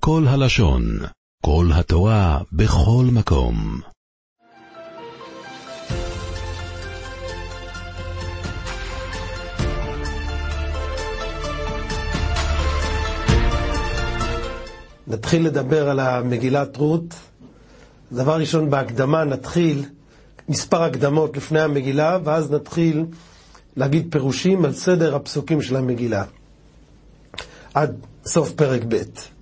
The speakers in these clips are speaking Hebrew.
כל הלשון, כל התורה, בכל מקום. נתחיל לדבר על המגילת רות. דבר ראשון, בהקדמה נתחיל מספר הקדמות לפני המגילה, ואז נתחיל להגיד פירושים על סדר הפסוקים של המגילה עד סוף פרק ב'.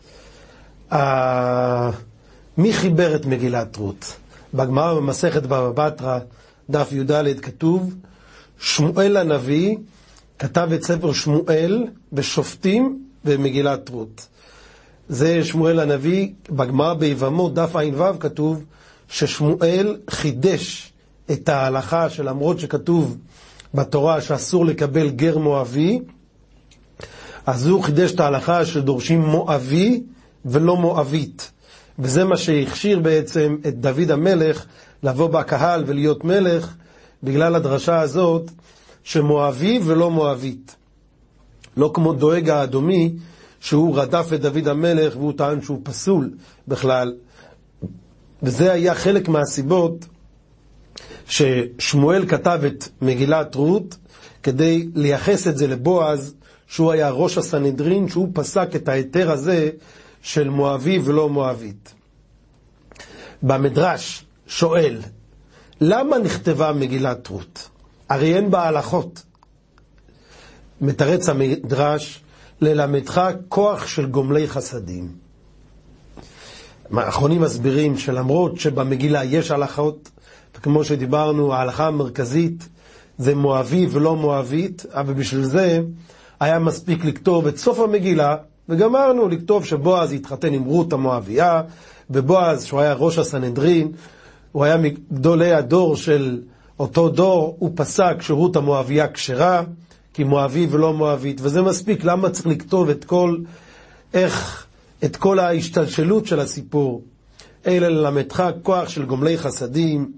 מי חיבר את מגילת רות? בגמרא במסכת בבא בתרא דף י"ד כתוב, שמואל הנביא כתב את ספר שמואל ושופטים ומגילת רות. זה שמואל הנביא. בגמרא ביבמות דף ע"ו כתוב ששמואל חידש את ההלכה שלמרות שכתוב בתורה שאסור לקבל גר מואבי, אז הוא חידש את ההלכה שדורשים מואבי ולא מואבית, וזה מה שהכשיר בעצם את דוד המלך לבוא בקהל ולהיות מלך, בגלל הדרשה הזאת שמואבי ולא מואבית. לא כמו דואג האדומי שהוא רדף את דוד המלך והוא טען שהוא פסול בכלל. וזה היה חלק מהסיבות ששמואל כתב את מגילת רות, כדי לייחס את זה לבועז, שהוא היה ראש הסנהדרין, שהוא פסק את ההיתר הזה של מואבי ולא מואבית. במדרש שואל, למה נכתבה מגילת רות? הרי אין בה הלכות. מתרץ המדרש, ללמדך כוח של גומלי חסדים. האחרונים מסבירים שלמרות שבמגילה יש הלכות, וכמו שדיברנו, ההלכה המרכזית זה מואבי ולא מואבית, אבל בשביל זה היה מספיק לכתוב את סוף המגילה, וגמרנו לכתוב שבועז התחתן עם רות המואביה, ובועז שהוא היה ראש הסנהדרין, הוא היה מגדולי הדור של אותו דור, הוא פסק שרות המואביה כשרה, כי מואבי ולא מואבית, וזה מספיק. למה צריך לכתוב את כל ההשתלשלות של הסיפור? אלא ללמדך כוח של גומלי חסדים,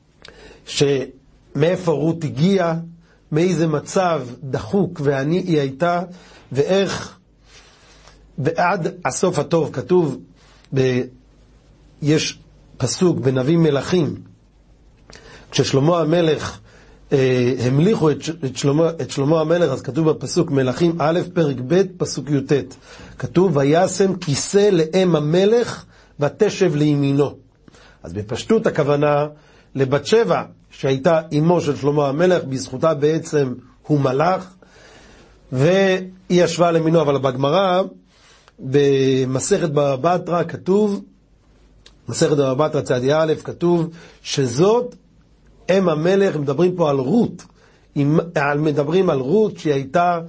שמאיפה רות הגיעה, מאיזה מצב דחוק ועני היא הייתה, ואיך, ועד הסוף הטוב. כתוב, יש פסוק בנביא מלכים, כששלמה המלך המליכו את שלמה המלך, אז כתוב בפסוק מלכים א' פרק ב' פסוק י"ט, כתוב וישם כיסא לאם המלך ותשב לימינו. אז בפשטות הכוונה לבת שבע שהייתה אמו של שלמה המלך, בזכותה בעצם הוא מלך והיא ישבה לימינו. אבל בגמרא במסכת בבא בתרא כתוב, מסכת בבא בתרא צד א' כתוב שזאת אם המלך. מדברים פה על רות, מדברים על רות שהיא הייתה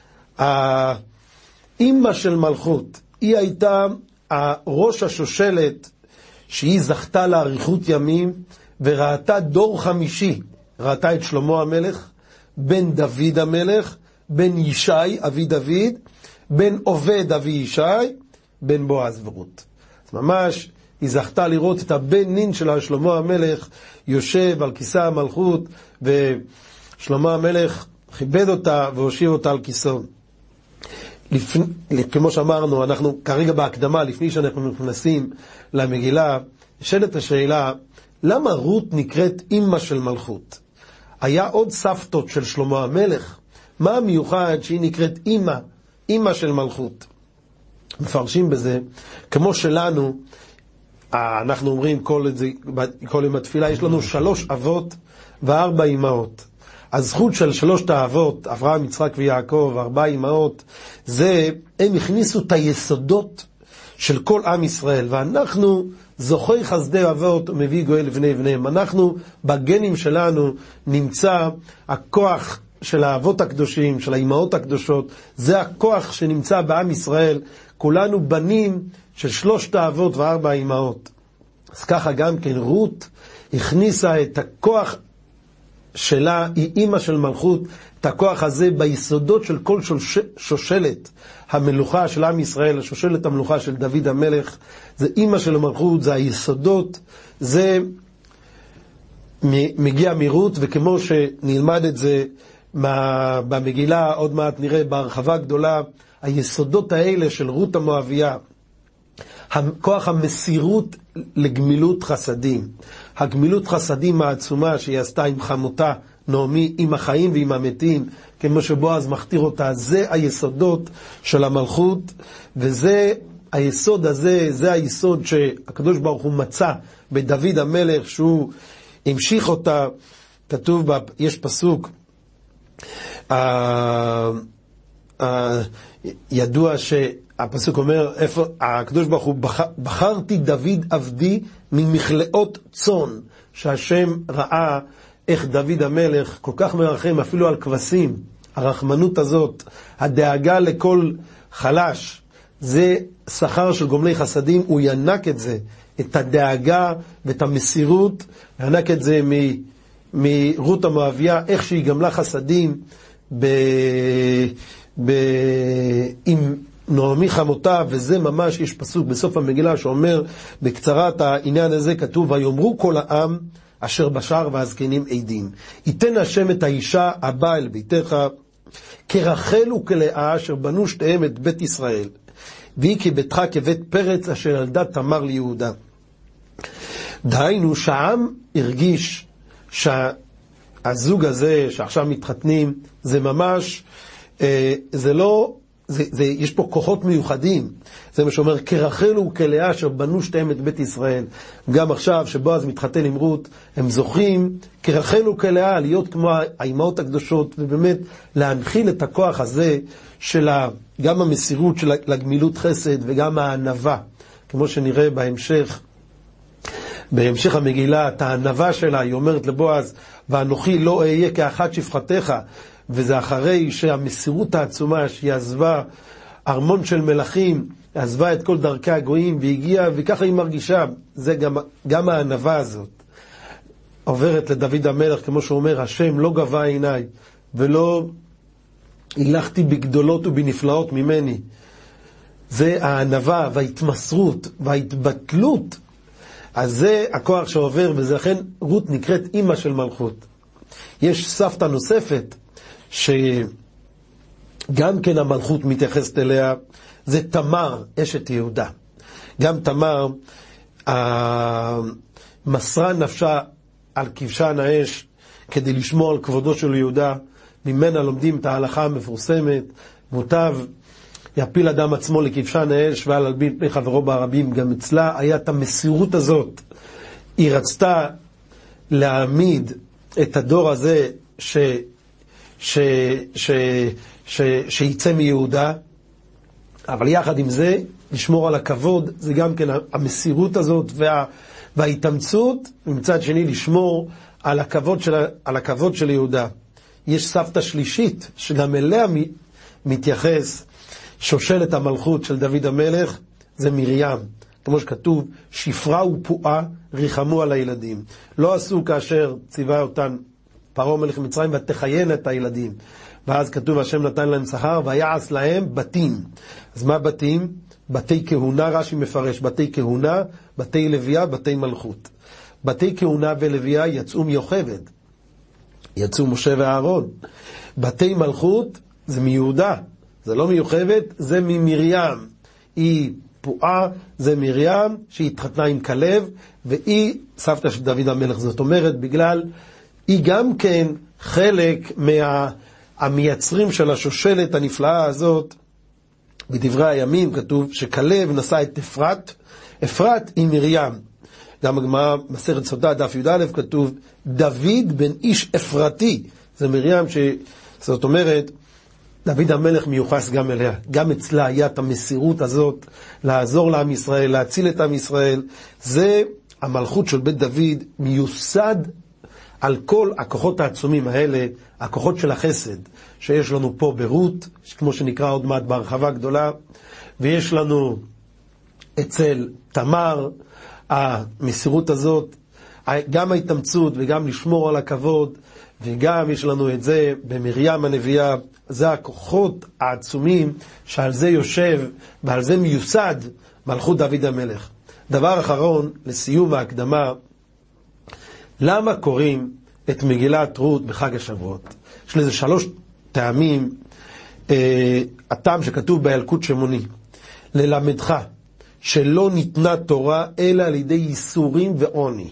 האמא של מלכות, היא הייתה ראש השושלת שהיא זכתה לאריכות ימים וראתה דור חמישי, ראתה את שלמה המלך, בן דוד המלך, בן ישי אבי דוד, בן עובד אבי ישי, בן בועז ורות. אז ממש היא זכתה לראות את הבן נין של שלמה המלך יושב על כיסא המלכות, ושלמה המלך כיבד אותה והושיב אותה על כיסאו. כמו שאמרנו, אנחנו כרגע בהקדמה, לפני שאנחנו נכנסים למגילה, נשאלת השאלה, למה רות נקראת אמא של מלכות? היה עוד סבתות של שלמה המלך, מה המיוחד שהיא נקראת אמא של מלכות? מפרשים בזה, כמו שלנו, אנחנו אומרים כל יום התפילה, יש לנו 3 אבות ו4 אמהות. הזכות של 3 האבות, אברהם, יצחק ויעקב, 4 אמהות, זה, הם הכניסו את היסודות של כל עם ישראל, ואנחנו זוכי חסדי אבות ומביא גואל לבני בניהם. אנחנו בגנים שלנו נמצא הכוח של האבות הקדושים, של האמהות הקדושות, זה הכוח שנמצא בעם ישראל. כולנו בנים של 3 האבות ו4 אמהות. אז ככה גם כן רות הכניסה את הכוח שלה, היא אמא של מלכות, את הכוח הזה ביסודות של כל שושלת המלוכה של עם ישראל, שושלת המלוכה של דוד המלך, זה אמא של המלכות, זה היסודות, זה מגיע מרות. וכמו שנלמד את זה במגילה, עוד מעט נראה בהרחבה גדולה, היסודות האלה של רות המואביה, כוח המסירות לגמילות חסדים. הגמילות חסדים העצומה שהיא עשתה עם חמותה, נעמי, עם החיים ועם המתים, כמו שבועז מכתיר אותה, זה היסודות של המלכות, וזה היסוד הזה, זה היסוד שהקדוש ברוך הוא מצא בדוד המלך, שהוא המשיך אותה. כתוב, יש פסוק, ידוע שהפסוק אומר, איפה הקדוש ברוך הוא, בחרתי דוד עבדי ממכלאות צאן, שהשם ראה איך דוד המלך כל כך מרחם אפילו על כבשים. הרחמנות הזאת, הדאגה לכל חלש, זה שכר של גומלי חסדים. הוא ינק את זה, את הדאגה ואת המסירות, ינק את זה מרות המואביה, איך שהיא גמלה חסדים עם נעמי חמותה. וזה ממש, יש פסוק בסוף המגילה שאומר בקצרת העניין הזה, כתוב, ויאמרו כל העם אשר בשער והזקנים עדים, ייתן השם את האישה הבאה אל ביתך כרחל וכלאה אשר בנו שתיהם את בית ישראל, והיא כביתך כבית פרץ אשר ילדה תמר ליהודה. דהיינו שהעם הרגיש שהזוג הזה שעכשיו מתחתנים, זה ממש, זה לא, יש פה כוחות מיוחדים. זה מה שאומר, כרחל וכלאה אשר בנו שתיהם את בית ישראל. גם עכשיו שבועז מתחתן עם רות, הם זוכים כרחל וכלאה להיות כמו האימהות הקדושות, ובאמת להנחיל את הכוח הזה של גם המסירות של הגמילות חסד וגם הענווה, כמו שנראה בהמשך המגילה, את הענווה שלה. היא אומרת לבועז, ואנוכי לא אהיה כאחת שפחתך, וזה אחרי שהמסירות העצומה שהיא עזבה ארמון של מלכים, עזבה את כל דרכי הגויים והגיעה, וככה היא מרגישה. זה גם הענווה הזאת עוברת לדוד המלך, כמו שהוא אומר, השם לא גבה עיניי ולא הילכתי בגדולות ובנפלאות ממני. זה הענווה וההתמסרות וההתבטלות. אז זה הכוח שעובר, וזה לכן רות נקראת אמא של מלכות. יש סבתא נוספת שגם כן המלכות מתייחסת אליה, זה תמר, אשת יהודה. גם תמר מסרה נפשה על כבשן האש כדי לשמור על כבודו של יהודה. ממנה לומדים את ההלכה המפורסמת, מוטב יפיל אדם עצמו לכבשן האש ועל הלבין פני חברו ברבים. גם אצלה היה את המסירות הזאת. היא רצתה להעמיד את הדור הזה שיצא מיהודה, אבל יחד עם זה לשמור על הכבוד. זה גם כן המסירות הזאת וההתאמצות, ומצד שני לשמור על הכבוד של יהודה. יש סבתא שלישית שגם אליה מתייחס שושלת המלכות של דוד המלך, זה מרים. כמו שכתוב, שפרה ופועה ריחמו על הילדים. לא עשו כאשר ציווה אותן פרעה מלך מצרים, ותחיין את הילדים. ואז כתוב, השם נתן להם שכר ויעש להם בתים. אז מה בתים? בתי כהונה, רש"י מפרש, בתי כהונה, בתי לוויה, בתי מלכות. בתי כהונה ולוויה יצאו מיוחבד, יצאו משה ואהרון. בתי מלכות זה מיהודה, זה לא מיוחבד, זה ממרים. היא פועה, זה מרים שהתחתנה עם כלב, והיא סבתא של דוד המלך. זאת אומרת, בגלל היא גם כן חלק מהמייצרים של השושלת הנפלאה הזאת. בדברי הימים כתוב שכלב נשא את אפרת, אפרת היא מרים. גם בגמרא מסכת סוטה דף י"א כתוב דוד בן איש אפרתי, זה מרים. זאת אומרת, דוד המלך מיוחס גם אליה, גם אצלה היה את המסירות הזאת לעזור לעם ישראל, להציל את עם ישראל. זה המלכות של בית דוד מיוסד על כל הכוחות העצומים האלה, הכוחות של החסד שיש לנו פה ברות, כמו שנקרא עוד מעט בהרחבה גדולה, ויש לנו אצל תמר המסירות הזאת, גם ההתאמצות וגם לשמור על הכבוד, וגם יש לנו את זה במרים הנביאה. זה הכוחות העצומים שעל זה יושב ועל זה מיוסד מלכות דוד המלך. דבר אחרון לסיום ההקדמה, למה קוראים את מגילת רות בחג השבועות? יש לזה 3 טעמים. הטעם שכתוב בילקוט שמוני, ללמדך שלא ניתנה תורה אלא על ידי ייסורים ועוני.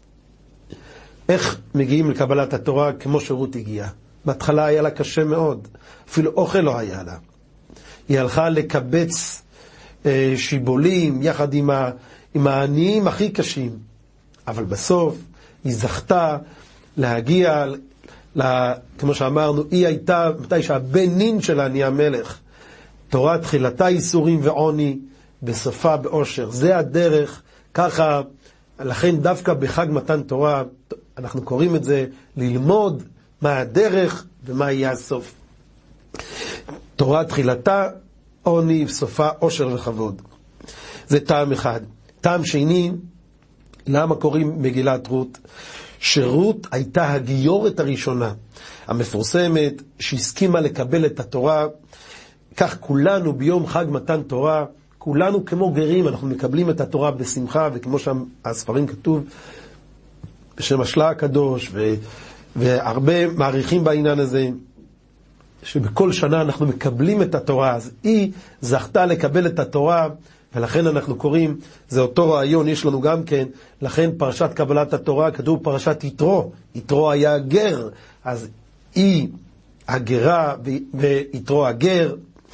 איך מגיעים לקבלת התורה כמו שרות הגיעה? בהתחלה היה לה קשה מאוד, אפילו אוכל לא היה לה. היא הלכה לקבץ שיבולים יחד עם העניים הכי קשים, אבל בסוף היא זכתה להגיע, כמו שאמרנו, היא הייתה, מתי שהבן נין שלה נהיה מלך. תורה תחילתה ייסורים ועוני, בסופה באושר. זה הדרך, ככה, לכן דווקא בחג מתן תורה, אנחנו קוראים את זה, ללמוד מה הדרך ומה יהיה הסוף. תורה תחילתה, עוני, בסופה, אושר וכבוד. זה טעם אחד. טעם שני, למה קוראים מגילת רות? שרות הייתה הגיורת הראשונה, המפורסמת, שהסכימה לקבל את התורה. כך כולנו ביום חג מתן תורה, כולנו כמו גרים, אנחנו מקבלים את התורה בשמחה, וכמו שהספרים כתוב, בשם השלה הקדוש, והרבה מעריכים בעניין הזה, שבכל שנה אנחנו מקבלים את התורה. אז היא זכתה לקבל את התורה, ולכן אנחנו קוראים, זה אותו רעיון, יש לנו גם כן, לכן פרשת קבלת התורה, כתוב פרשת יתרו. יתרו היה גר, אז היא הגרה ויתרו הגר.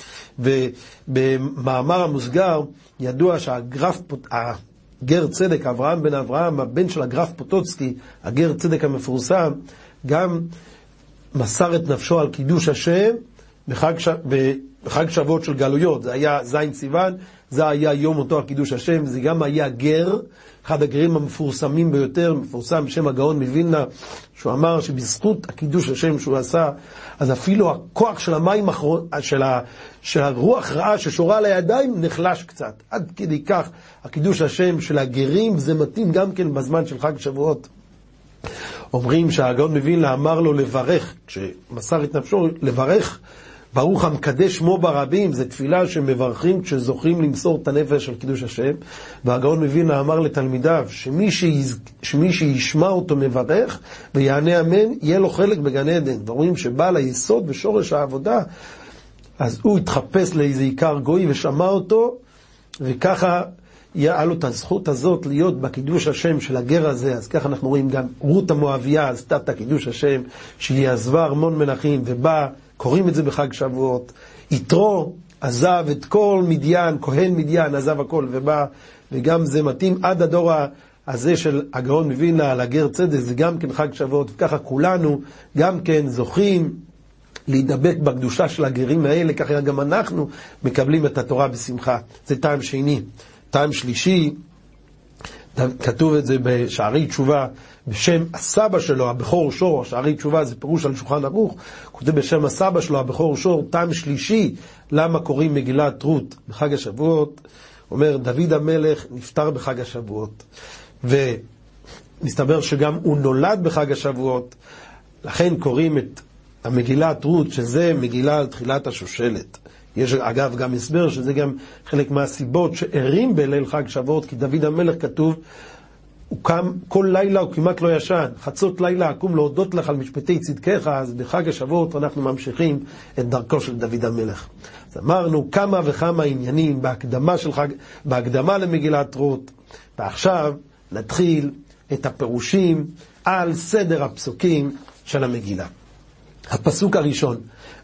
ובמאמר המוסגר ידוע הגר צדק, אברהם בן אברהם, הבן של הגרף פוטוצקי, הגר צדק המפורסם, גם מסר את נפשו על קידוש השם בחג שבועות של גלויות. זה היה זין סיוון, זה היה יום אותו על קידוש השם. זה גם היה גר, אחד הגרים המפורסמים ביותר, מפורסם בשם הגאון מווילנה, שהוא אמר שבזכות הקידוש השם שהוא עשה, אז אפילו הכוח של המים של הרוח רעה ששורה על הידיים נחלש קצת. עד כדי כך הקידוש השם של הגרים, זה מתאים גם כן בזמן של חג שבועות. אומרים שהגאון מווילנה אמר לו לברך, כשמסר את נפשו, לברך ברוך המקדש שמו ברבים. זה תפילה שמברכים כשזוכים למסור את הנפש של קידוש השם. והגאון מווילנה אמר לתלמידיו שמי שישמע אותו מברך ויענה אמן, יהיה לו חלק בגן עדן. ורואים שבעל היסוד ושורש העבודה, אז הוא התחפש לאיזה עיקר גוי ושמע אותו, וככה היה לו את הזכות הזאת להיות בקידוש השם של הגר הזה. אז ככה אנחנו רואים גם רות המואביה עשתה את הקידוש השם, שהיא עזבה ארמון מלכים ובאה, קוראים את זה בחג שבועות. יתרו עזב את כל מדיין, כהן מדיין עזב הכל ובא, וגם זה מתאים עד הדור הזה של הגאון מווילנה על הגר צדק, זה גם כן חג שבועות. וככה כולנו גם כן זוכים להידבק בקדושה של הגרים האלה, ככה גם אנחנו מקבלים את התורה בשמחה. זה טעם שני. טעם שלישי, כתוב את זה בשערי תשובה, בשם הסבא שלו, הבכור שור. שערי תשובה זה פירוש על שולחן ערוך, כותב בשם הסבא שלו, הבכור שור. טעם שלישי, למה קוראים מגילת רות בחג השבועות? אומר, דוד המלך נפטר בחג השבועות, ומסתבר שגם הוא נולד בחג השבועות, לכן קוראים את המגילת רות, שזה מגילה על תחילת השושלת. יש אגב גם הסבר שזה גם חלק מהסיבות שערים בליל חג שבועות, כי דוד המלך כתוב, הוא קם כל לילה, הוא כמעט לא ישן, חצות לילה אקום להודות לך על משפטי צדקך. אז בחג השבועות אנחנו ממשיכים את דרכו של דוד המלך. אז אמרנו כמה וכמה עניינים בהקדמה למגילת רות, ועכשיו נתחיל את הפירושים על סדר הפסוקים של המגילה. הפסוק הראשון,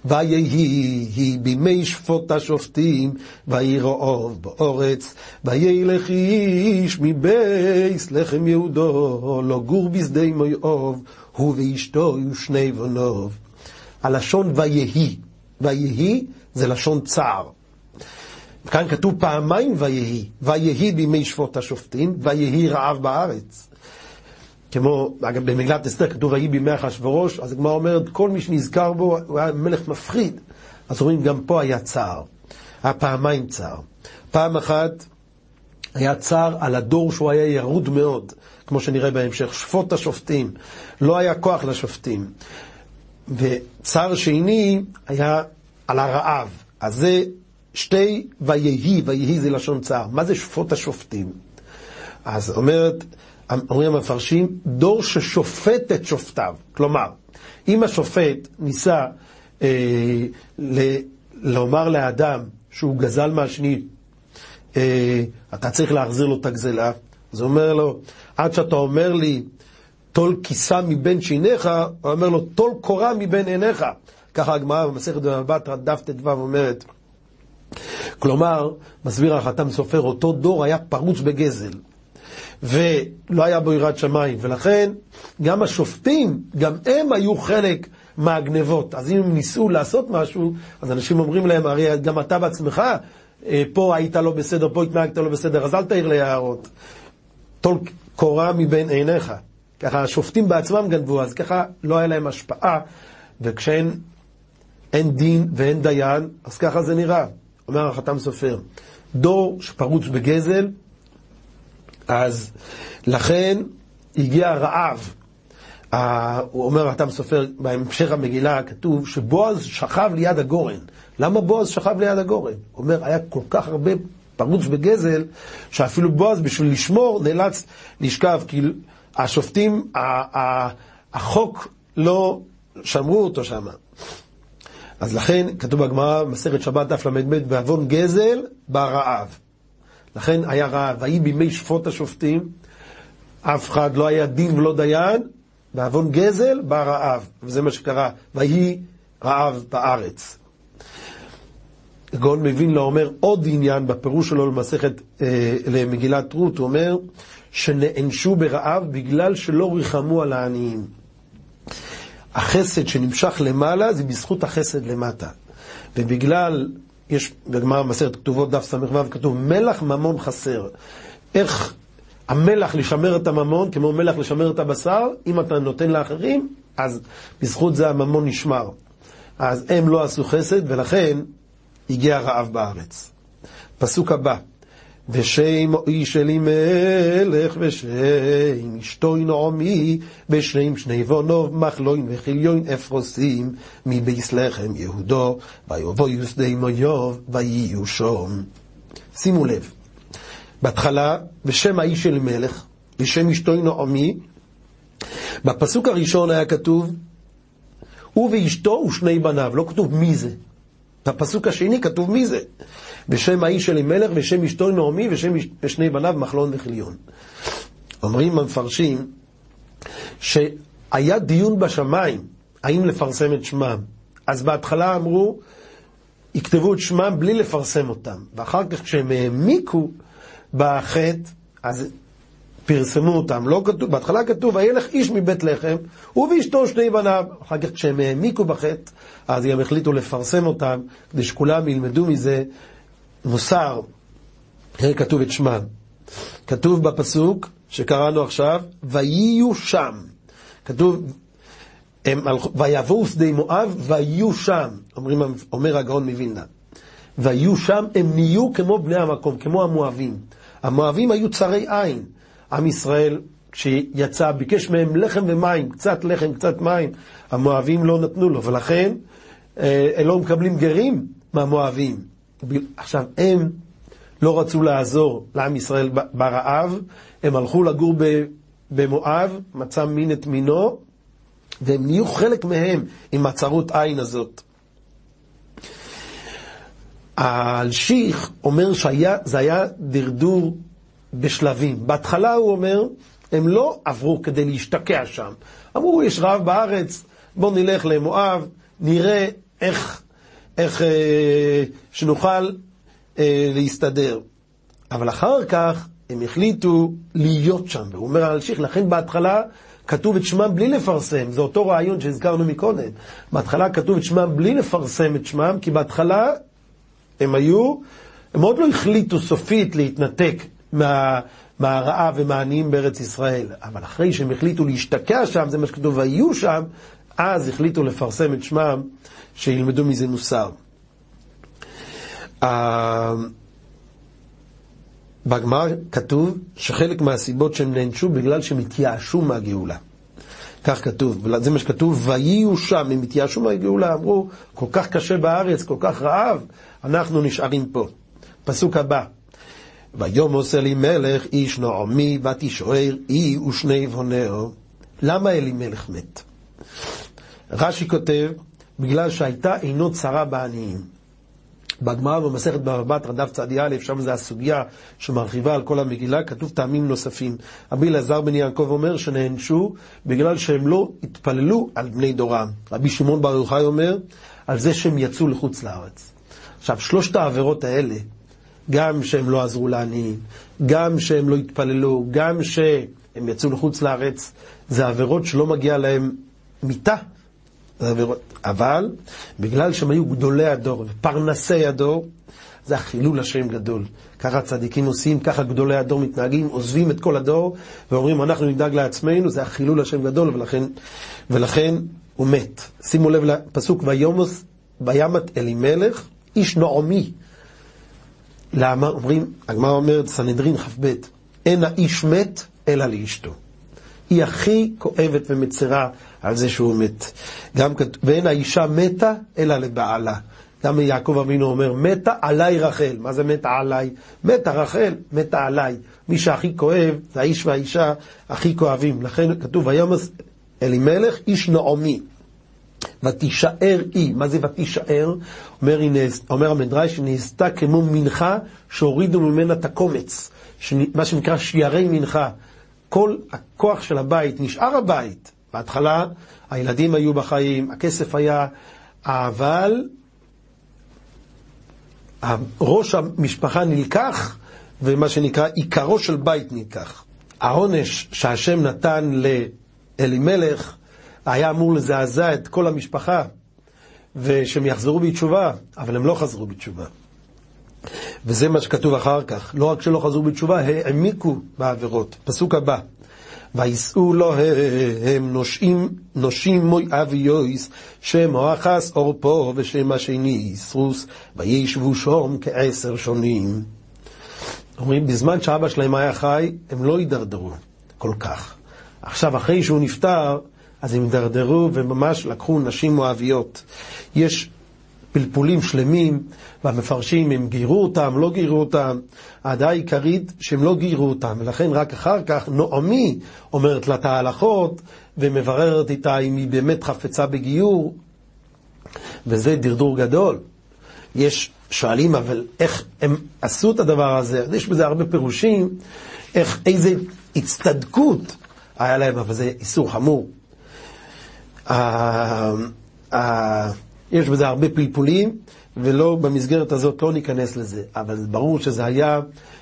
ויהי בימי שפוט השופטים, ויהי רעב באורץ, וילך איש מבייס לחם יהודו, לא גור בשדה מואב, הוא ואשתו ושני בניו. הלשון ויהי, ויהי זה לשון צער. כאן כתוב פעמיים ויהי, ויהי בימי שפוט השופטים, ויהי רעב בארץ. כמו, אגב, במגילת אסתר כתוב ויהי בימי אחשוורוש, אז הגמרא אומרת, כל מי שנזכר בו, הוא היה מלך מפחיד. אז רואים, גם פה היה צער. היה פעמיים צער. פעם אחת היה צער על הדור שהוא היה ירוד מאוד, כמו שנראה בהמשך, שפוט השופטים. לא היה כוח לשופטים. וצער שני היה על הרעב. אז זה שתי ויהי, ויהי זה לשון צער. מה זה שפוט השופטים? אז אומרים המפרשים, דור ששופט את שופטיו. כלומר, אם השופט ניסה לומר לאדם שהוא גזל מהשני אתה צריך להחזיר לו את הגזלה. אז הוא אומר לו, עד שאתה אומר לי, תול כיסה מבין שיניך, הוא אומר לו, תול קורה מבין עיניך. ככה הגמרא במסכת בבא בתרא דף ט"ו אומרת. כלומר, מסביר החתם סופר, אותו דור היה פרוץ בגזל, ולא היה בו יראת שמיים, ולכן גם השופטים, גם הם היו חלק מהגנבות. אז אם הם ניסו לעשות משהו, אז אנשים אומרים להם, הרי גם אתה בעצמך, פה היית לא בסדר, פה התנהגת לא בסדר, אז אל תעיר לי הערות. תול קורה מבין עיניך. ככה השופטים בעצמם גנבו, אז ככה לא היה להם השפעה, וכשאין דין ואין דיין, אז ככה זה נראה. אומר החתם סופר, דור שפרוץ בגזל, אז לכן הגיע הרעב. הוא אומר החתם סופר, בהמשך המגילה כתוב שבועז שכב ליד הגורן. למה בועז שכב ליד הגורן? הוא אומר, היה כל כך הרבה פרוץ בגזל, שאפילו בועז בשביל לשמור נאלץ לשכב, כי השופטים, החוק לא שמרו אותו שם. אז לכן כתוב בגמרא מסכת שבת דף ל"ב, בעוון גזל בא רעב. לכן היה רעב, ויהי בימי שפוט השופטים, אף אחד לא היה דין ולא דיין, בעוון גזל בא רעב, וזה מה שקרה, ויהי רעב בארץ. הגאון מווילנה אומר עוד עניין בפירוש שלו למסכת למגילת רות, הוא אומר שנענשו ברעב בגלל שלא ריחמו על העניים. החסד שנמשך למעלה זה בזכות החסד למטה, ובגלל, יש בגמרא מסכת כתובות דף ס"ו כתוב מלח ממון חסר. איך המלח לשמר את הממון כמו מלח לשמר את הבשר, אם אתה נותן לאחרים אז בזכות זה הממון נשמר. אז הם לא עשו חסד ולכן הגיע רעב בארץ. פסוק הבא, ושם איש אלימלך ושם אשתו נעמי ושם שני בנוב מחלון וחיליון אפרוסים מבית לחם יהודו ויבואו שדה מויוב ויהיו שם. שימו לב, בהתחלה ושם האיש אלימלך ושם אשתו נעמי, בפסוק הראשון היה כתוב הוא ואשתו ושני בניו, לא כתוב מי זה. בפסוק השני כתוב מי זה, בשם האיש אלימלך ושם אשתו נעמי ושני בניו מחלון וחיליון. אומרים המפרשים שהיה דיון בשמיים האם לפרסם את שמם. אז בהתחלה אמרו יכתבו את שמם בלי לפרסם אותם, ואחר כך כשהם העמיקו בחטא אז פרסמו אותם. לא כתוב, בהתחלה כתוב וילך איש מבית לחם הוא ואשתו שני בניו, אחר כך כשהם העמיקו בחטא אז הם החליטו לפרסם אותם כדי שכולם ילמדו מזה מוסר. כתוב את שמם, כתוב בפסוק שקראנו עכשיו ויהיו שם, כתוב ויבואו שדה מואב ויהיו שם. אומר הגאון מווילנה ויהיו שם, הם נהיו כמו בני המקום, כמו המואבים. המואבים היו צרי עין. עם ישראל כשיצא ביקש מהם לחם ומים, קצת לחם קצת מים, המואבים לא נתנו לו, ולכן לא מקבלים גרים מהמואבים. עכשיו הם לא רצו לעזור לעם ישראל ברעב, הם הלכו לגור במואב, מצא מין את מינו, והם נהיו חלק מהם עם הצרות עין הזאת. האלשיך אומר שזה היה דרדור בשלבים. בהתחלה הוא אומר, הם לא עברו כדי להשתקע שם. אמרו, יש רעב בארץ, בוא נלך למואב, נראה איך שנוכל להסתדר. אבל אחר כך הם החליטו להיות שם. והוא אומר האלשיך, לכן בהתחלה כתוב את שמם בלי לפרסם. זה אותו רעיון שהזכרנו מקודם. בהתחלה כתוב את שמם בלי לפרסם את שמם, כי בהתחלה הם עוד לא החליטו סופית להתנתק מהרעב ומהעניים בארץ ישראל. אבל אחרי שהם החליטו להשתקע שם, זה מה שכתוב, והיו שם, אז החליטו לפרסם את שמם, שילמדו מזה מוסר. בגמרא כתוב שחלק מהסיבות שהם נענשו בגלל שהם התייאשו מהגאולה. כך כתוב, זה מה שכתוב, ויהיו שם, הם התייאשו מהגאולה, אמרו, כל כך קשה בארץ, כל כך רעב, אנחנו נשארים פה. פסוק הבא, ויאמר אלימלך איש נעמי ותשאר היא ושני בניה. למה אלימלך מת? רש"י כותב, בגלל שהייתה עינו צרה בעניים. בגמרא במסכת בבא בתרא דף צ"א, שם זה הסוגיה שמרחיבה על כל המגילה, כתוב טעמים נוספים. רבי אלעזר בן יעקב אומר שנענשו בגלל שהם לא התפללו על בני דורם. רבי שמעון בר יוחאי אומר על זה שהם יצאו לחוץ לארץ. עכשיו, שלושת העבירות האלה, גם שהם לא עזרו לעניים, גם שהם לא התפללו, גם שהם יצאו לחוץ לארץ, זה עבירות שלא מגיע להם מיתה. אבל בגלל שהם היו גדולי הדור ופרנסי הדור, זה החילול השם גדול. ככה הצדיקים עושים, ככה גדולי הדור מתנהגים, עוזבים את כל הדור ואומרים אנחנו נדאג לעצמנו, זה החילול השם גדול, ולכן הוא מת. שימו לב לפסוק וימת אלימלך איש נעמי. למה? אומרים, הגמרא אומרת סנהדרין כ"ב, אין האיש מת אלא לאשתו. היא הכי כואבת ומצרה על זה שהוא מת. ואין האישה מתה אלא לבעלה. גם יעקב אבינו אומר, מתה עליי רחל. מה זה מתה עליי? מתה רחל, מתה עליי. מי שהכי כואב, זה האיש והאישה הכי כואבים. לכן כתוב, וימס אלימלך איש נעמי. ותישאר היא. מה זה ותישאר? אומר המדרש, שנעשתה כמו מנחה שהורידו ממנה את הקומץ. מה שנקרא שיירי מנחה. כל הכוח של הבית, נשאר הבית. בהתחלה הילדים היו בחיים, הכסף היה, אבל ראש המשפחה נלקח, ומה שנקרא עיקרו של בית נלקח. העונש שהשם נתן לאלימלך היה אמור לזעזע את כל המשפחה, ושהם יחזרו בתשובה, אבל הם לא חזרו בתשובה. וזה מה שכתוב אחר כך. לא רק שלא חזרו בתשובה, העמיקו בעבירות. פסוק הבא. ויסעו לו הם נושים מוי אביויס, שם אחס אורפו ושם השני ישרוס, וישבו שום כ10 שנים. אומרים, בזמן שאבא שלהם היה חי, הם לא הידרדרו כל כך. עכשיו, אחרי שהוא נפטר, אז הם הידרדרו וממש לקחו נשים מואביות. יש פלפולים שלמים, והמפרשים הם גירו אותם, לא גירו אותם. העדה העיקרית שהם לא גירו אותם, ולכן רק אחר כך נעמי אומרת לה את ההלכות, ומבררת איתה אם היא באמת חפצה בגיור, וזה דרדור גדול. יש שואלים, אבל איך הם עשו את הדבר הזה? יש בזה הרבה פירושים, איזה הצטדקות היה להם, אבל זה איסור חמור. יש בזה הרבה פלפולים, ולא במסגרת הזאת לא ניכנס לזה, אבל ברור שזה היה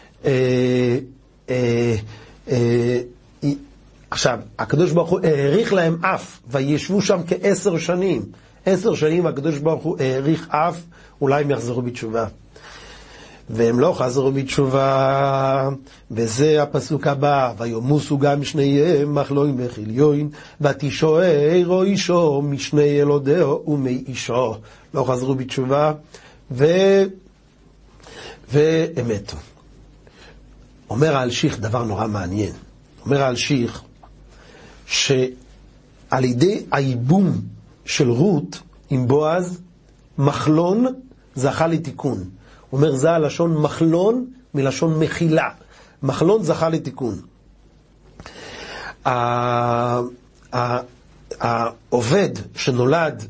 עכשיו, הקדוש ברוך הוא העריך להם אף, וישבו שם כ10 שנים. 10 שנים הקדוש ברוך הוא העריך אף, אולי הם יחזרו בתשובה. והם לא חזרו בתשובה, וזה הפסוק הבא, ויומוסו גם שניהם מחלוין וחיליון, ותישאר אישו משני ילודהו ומאישו. לא חזרו בתשובה, והם מתו. אומר האלשיך דבר נורא מעניין. אומר האלשיך, שעל ידי האיבום של רות עם בועז, מחלון זכה לתיקון. הוא אומר, זה הלשון מחלון מלשון מחילה. מחלון זכה לתיקון. העובד שנולד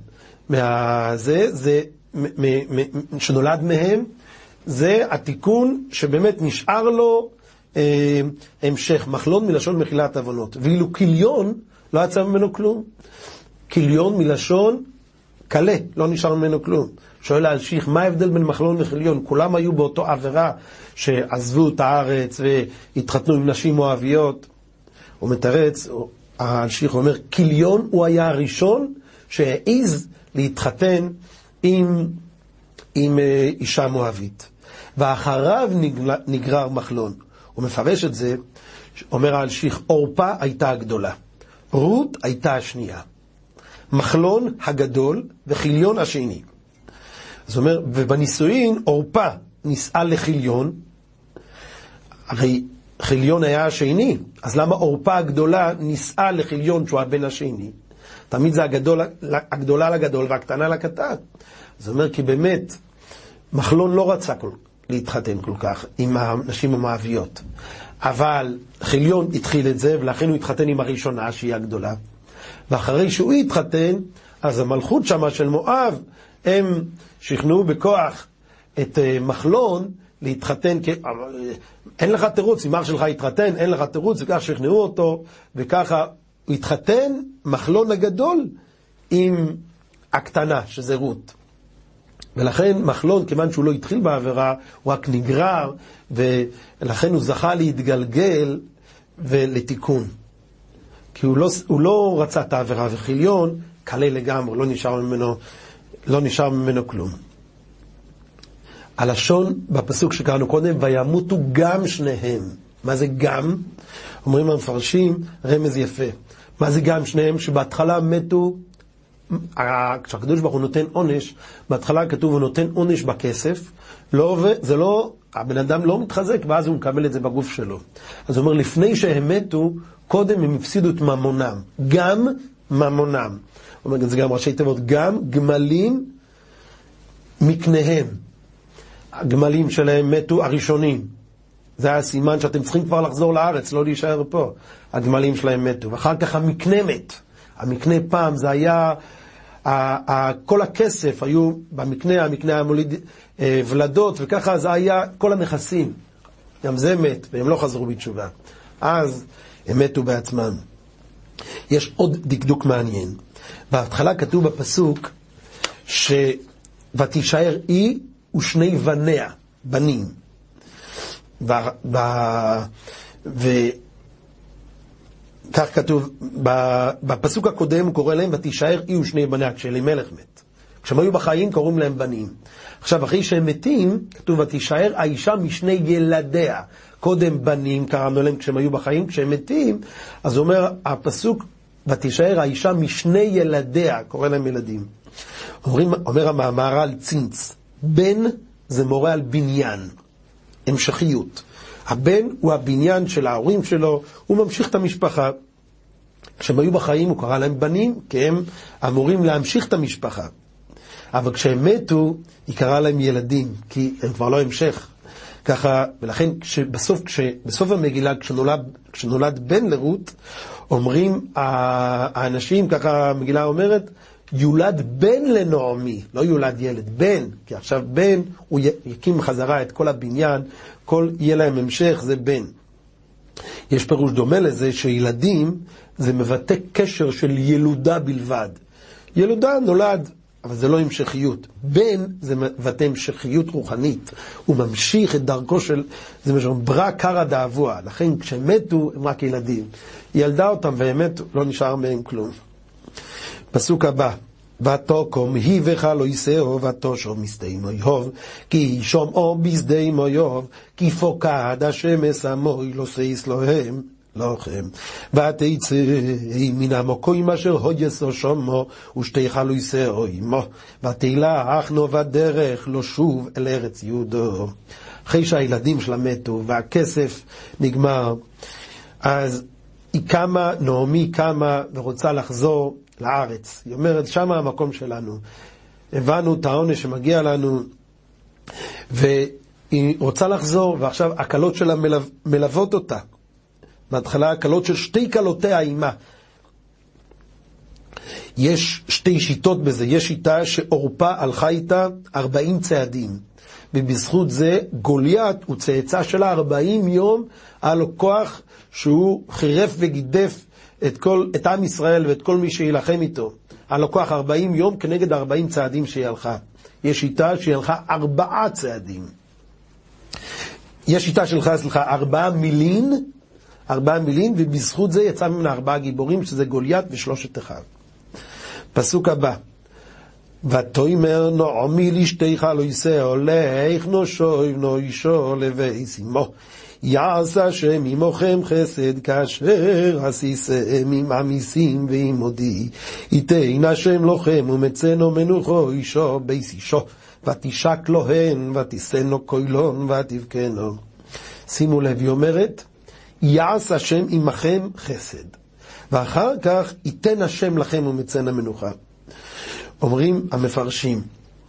שנולד מהם, זה התיקון שבאמת נשאר לו המשך. מחלון מלשון מחילת עוונות. ואילו כליון לא יצא ממנו כלום. כליון מלשון קלה, לא נשאר ממנו כלום. שואל האלשיך, מה ההבדל בין מחלון וכליון? כולם היו באותו עבירה שעזבו את הארץ והתחתנו עם נשים מואביות. הוא מתרץ, האלשיך אומר, כליון הוא היה הראשון שהעיז להתחתן עם אישה מואבית. ואחריו נגרר מחלון. הוא מפרש את זה, אומר האלשיך, אורפה הייתה הגדולה, רות הייתה השנייה, מחלון הגדול וכליון השני. זאת אומרת, ובנישואין אורפה נישאה לכליון, הרי חליון היה השני, אז למה אורפה הגדולה נישאה לכליון שהוא הבן השני? תמיד זה הגדולה לגדול והקטנה לקטן. זאת אומרת, כי באמת מחלון לא רצה להתחתן כל כך עם הנשים המואביות, אבל חליון התחיל את זה, ולכן הוא התחתן עם הראשונה שהיא הגדולה, ואחרי שהוא התחתן, אז המלכות שמה של מואב, הם שכנעו בכוח את מחלון להתחתן, אין לך תירוץ, אם אח שלך התחתן, אין לך תירוץ, וכך שכנעו אותו, וככה הוא התחתן, מחלון הגדול, עם הקטנה, שזה רות. ולכן מחלון, כיוון שהוא לא התחיל בעבירה, הוא רק נגרר, ולכן הוא זכה להתגלגל ולתיקון. כי הוא לא רצה את העבירה, וחיליון קלה לגמרי, לא נשאר ממנו כלום. הלשון בפסוק שקראנו קודם, וימותו גם שניהם. מה זה גם? אומרים המפרשים, רמז יפה. מה זה גם שניהם? שבהתחלה מתו, כשהקדוש ברוך הוא נותן עונש, בהתחלה כתוב הוא נותן עונש בכסף, זה לא, הבן אדם לא מתחזק, ואז הוא מקבל את זה בגוף שלו. אז הוא אומר, לפני שהם מתו, קודם הם הפסידו את ממונם. גם ממונם. הוא אומר, זה גם ראשי תיבות, גם גמלים מקניהם. הגמלים שלהם מתו הראשונים. זה היה סימן שאתם צריכים כבר לחזור לארץ, לא להישאר פה. הגמלים שלהם מתו. ואחר כך המקנה מת. המקנה פעם זה היה, כל הכסף היו במקנה, המקנה היה מוליד ולדות, וככה זה היה כל הנכסים. גם זה מת, והם לא חזרו בתשובה. אז הם מתו בעצמם. יש עוד דקדוק מעניין. בהתחלה כתוב בפסוק, ותישאר היא ושני בניה, בנים. כך כתוב, בפסוק הקודם הוא קורא להם, ותישאר היא ושני בניה, כשאלימלך מת. כשהם היו בחיים קוראים להם בנים. עכשיו, אחרי שהם מתים, כתוב, ותישאר האישה משני ילדיה. קודם בנים קראנו להם כשהם היו בחיים, כשהם מתים, אז אומר הפסוק, ותישאר האישה משני ילדיה, קורא להם ילדים. אומר המאמר על צינץ, בן זה מורה על בניין, המשכיות. הבן הוא הבניין של ההורים שלו, הוא ממשיך את המשפחה. כשהם היו בחיים הוא קרא להם בנים, כי הם אמורים להמשיך את המשפחה. אבל כשהם מתו, היא קרא להם ילדים, כי הם כבר לא המשך. ככה, ולכן בסוף המגילה, כשנולד בן לרות, אומרים האנשים, ככה המגילה אומרת, יולד בן לנעמי, לא יולד ילד, בן, כי עכשיו בן, הוא יקים חזרה את כל הבניין, יהיה להם המשך, זה בן. יש פירוש דומה לזה שילדים זה מבטא קשר של ילודה בלבד. ילודה נולד, אבל זה לא המשכיות. בן זה מבטא המשכיות רוחנית. הוא ממשיך את דרכו של, זה משהו, ברא קרא דאבוה. לכן כשמתו הם רק ילדים. היא ילדה אותם והם מתו, לא נשאר מהם כלום. פסוק הבא, ותוקום היא וחלו יסאו ותושו משדה מויהוב כי שומעו בשדה מויהוב כי פוקד השמש המוי לא סייס להם לכם ותצא מן המקום אשר הויסו שומו ושתי חלו יסאו עמו ותלך נו בדרך לא שוב אל ארץ יהודו. אחרי שהילדים שלה מתו והכסף נגמר, אז היא קמה, נעמי קמה ורוצה לחזור לארץ. היא אומרת, שמה המקום שלנו. הבנו את העונש שמגיע לנו, והיא רוצה לחזור, ועכשיו הקלות שלה מלוות אותה. בהתחלה הקלות של שתי קלותיה אימה. יש שתי שיטות בזה. יש שיטה שאורפה הלכה איתה 40 צעדים. ובזכות זה גוליית הוא צאצא שלה 40 יום, היה לו כוח שהוא חירף וגידף את עם ישראל ואת כל מי שילחם איתו. היה לו כוח 40 יום כנגד 40 צעדים שהיא הלכה. יש שיטה שהיא הלכה 4 צעדים. יש שיטה שלך 4 מילין, ובזכות זה יצא ממנה 4 גיבורים, שזה גוליית ושלושת אחיו. פסוק הבא, ותאמר נעמי לאשתך לא יישאו לך נושוי נוישו לבית אמו יעשה השם עמכם חסד כאשר עשיתם עם המיסים ועם עודי ייתן השם לכם ומצאנו מנוחו אישו בית אישו ותשק לוהן ותישאנו קוילון ותבכנו. שימו לב, היא אומרת יעשה השם עמכם חסד, ואחר כך ייתן השם לכם ומצאנו מנוחה. אומרים המפרשים,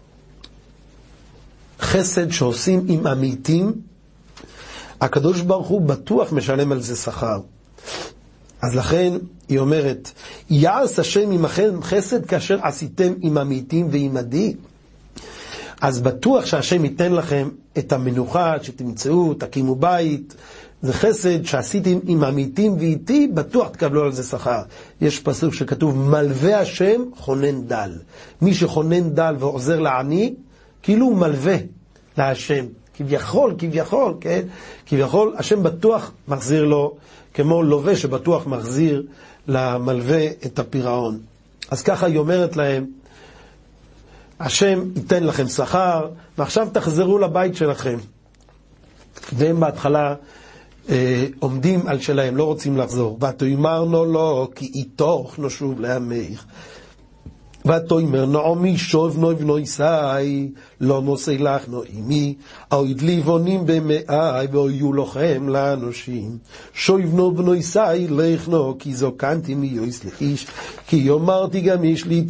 חסד שעושים עם המתים, הקדוש ברוך הוא בטוח משלם על זה שכר. אז לכן היא אומרת, יעש השם עמכם חסד כאשר עשיתם עם המתים ועם עדי. אז בטוח שהשם ייתן לכם את המנוחה, שתמצאו, תקימו בית. זה חסד שעשיתם עם עמיתים ואיתי, בטוח תקבלו על זה שכר. יש פסוק שכתוב, מלווה השם חונן דל. מי שחונן דל ועוזר לעני, כאילו הוא מלווה להשם. כביכול, כן? כביכול, השם בטוח מחזיר לו, כמו לווה שבטוח מחזיר למלווה את הפירעון. אז ככה היא אומרת להם, השם ייתן לכם שכר, ועכשיו תחזרו לבית שלכם. והם בהתחלה עומדים על שלהם, לא רוצים לחזור. ותאמרנו לו, כי איתוך נשוב לעמך. ותאמר נעמי שוב נוי ונויסי, לא נושא לך נעימי, אויד ליבונים במאי, ואויו לכם לאנושים. שוב נו ונויסי לכנו, כי זוקנתי מיועס לאיש, כי אמרתי גם